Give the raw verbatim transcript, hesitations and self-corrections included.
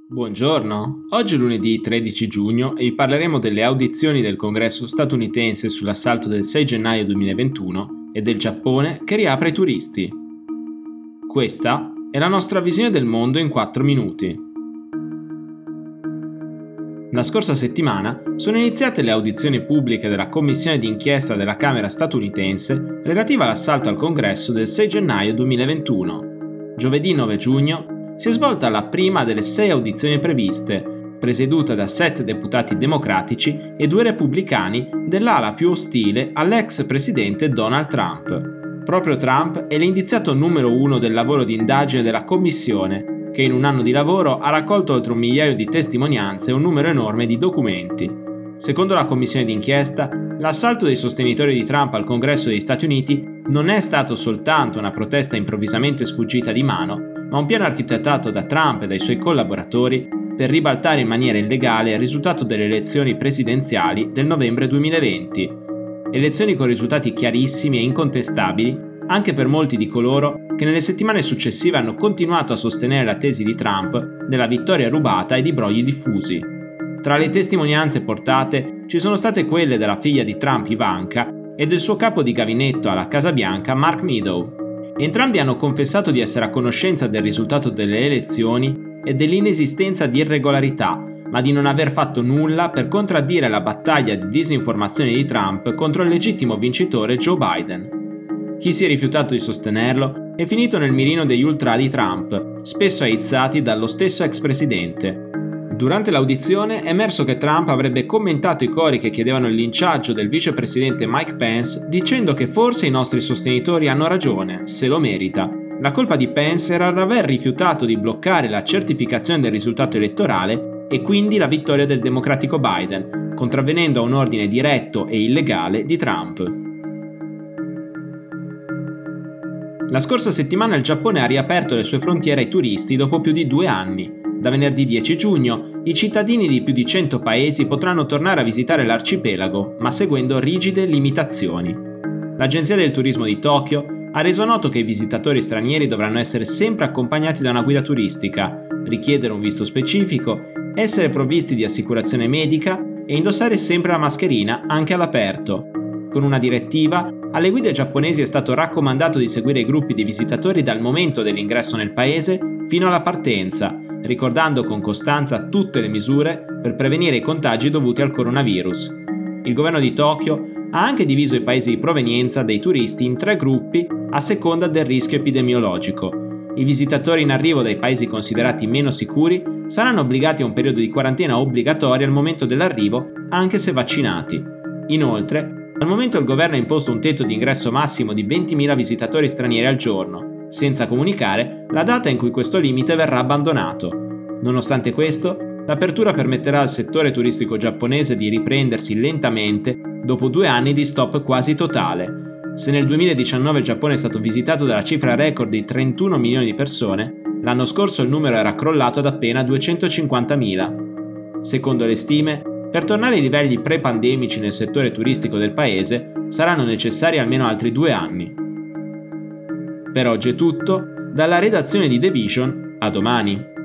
Buongiorno, oggi è lunedì tredici giugno e vi parleremo delle audizioni del Congresso statunitense sull'assalto del sei gennaio duemilaventuno e del Giappone che riapre ai turisti. Questa è la nostra visione del mondo in quattro minuti. La scorsa settimana sono iniziate le audizioni pubbliche della commissione d'inchiesta della Camera statunitense relativa all'assalto al Congresso del sei gennaio duemilaventuno. Giovedì nove giugno si è svolta la prima delle sei audizioni previste, presieduta da sette deputati democratici e due repubblicani dell'ala più ostile all'ex presidente Donald Trump. Proprio Trump è l'indiziato numero uno del lavoro di indagine della commissione, che in un anno di lavoro ha raccolto oltre un migliaio di testimonianze e un numero enorme di documenti. Secondo la commissione d'inchiesta, l'assalto dei sostenitori di Trump al Congresso degli Stati Uniti non è stato soltanto una protesta improvvisamente sfuggita di mano, ma un piano architettato da Trump e dai suoi collaboratori per ribaltare in maniera illegale il risultato delle elezioni presidenziali del novembre duemilaventi. Elezioni con risultati chiarissimi e incontestabili anche per molti di coloro che nelle settimane successive hanno continuato a sostenere la tesi di Trump della vittoria rubata e di brogli diffusi. Tra le testimonianze portate ci sono state quelle della figlia di Trump, Ivanka, e del suo capo di gabinetto alla Casa Bianca, Mark Meadows. Entrambi hanno confessato di essere a conoscenza del risultato delle elezioni e dell'inesistenza di irregolarità, ma di non aver fatto nulla per contraddire la battaglia di disinformazione di Trump contro il legittimo vincitore Joe Biden. Chi si è rifiutato di sostenerlo è finito nel mirino degli ultra di Trump, spesso aizzati dallo stesso ex presidente. Durante l'audizione è emerso che Trump avrebbe commentato i cori che chiedevano il linciaggio del vicepresidente Mike Pence dicendo che forse i nostri sostenitori hanno ragione, se lo merita. La colpa di Pence era l'aver rifiutato di bloccare la certificazione del risultato elettorale e quindi la vittoria del democratico Biden, contravvenendo a un ordine diretto e illegale di Trump. La scorsa settimana il Giappone ha riaperto le sue frontiere ai turisti dopo più di due anni. Da venerdì dieci giugno, i cittadini di più di cento paesi potranno tornare a visitare l'arcipelago, ma seguendo rigide limitazioni. L'Agenzia del Turismo di Tokyo ha reso noto che i visitatori stranieri dovranno essere sempre accompagnati da una guida turistica, richiedere un visto specifico, essere provvisti di assicurazione medica e indossare sempre la mascherina anche all'aperto. Con una direttiva, alle guide giapponesi è stato raccomandato di seguire i gruppi di visitatori dal momento dell'ingresso nel paese fino alla partenza, ricordando con costanza tutte le misure per prevenire i contagi dovuti al coronavirus. Il governo di Tokyo ha anche diviso i paesi di provenienza dei turisti in tre gruppi a seconda del rischio epidemiologico. I visitatori in arrivo dai paesi considerati meno sicuri saranno obbligati a un periodo di quarantena obbligatoria al momento dell'arrivo, anche se vaccinati. Inoltre, al momento il governo ha imposto un tetto di ingresso massimo di ventimila visitatori stranieri al giorno, senza comunicare la data in cui questo limite verrà abbandonato. Nonostante questo, l'apertura permetterà al settore turistico giapponese di riprendersi lentamente dopo due anni di stop quasi totale. Se nel duemiladiciannove il Giappone è stato visitato dalla cifra record di trentuno milioni di persone, l'anno scorso il numero era crollato ad appena duecentocinquantamila. Secondo le stime, per tornare ai livelli pre-pandemici nel settore turistico del paese saranno necessari almeno altri due anni. Per oggi è tutto, dalla redazione di The Vision, a domani.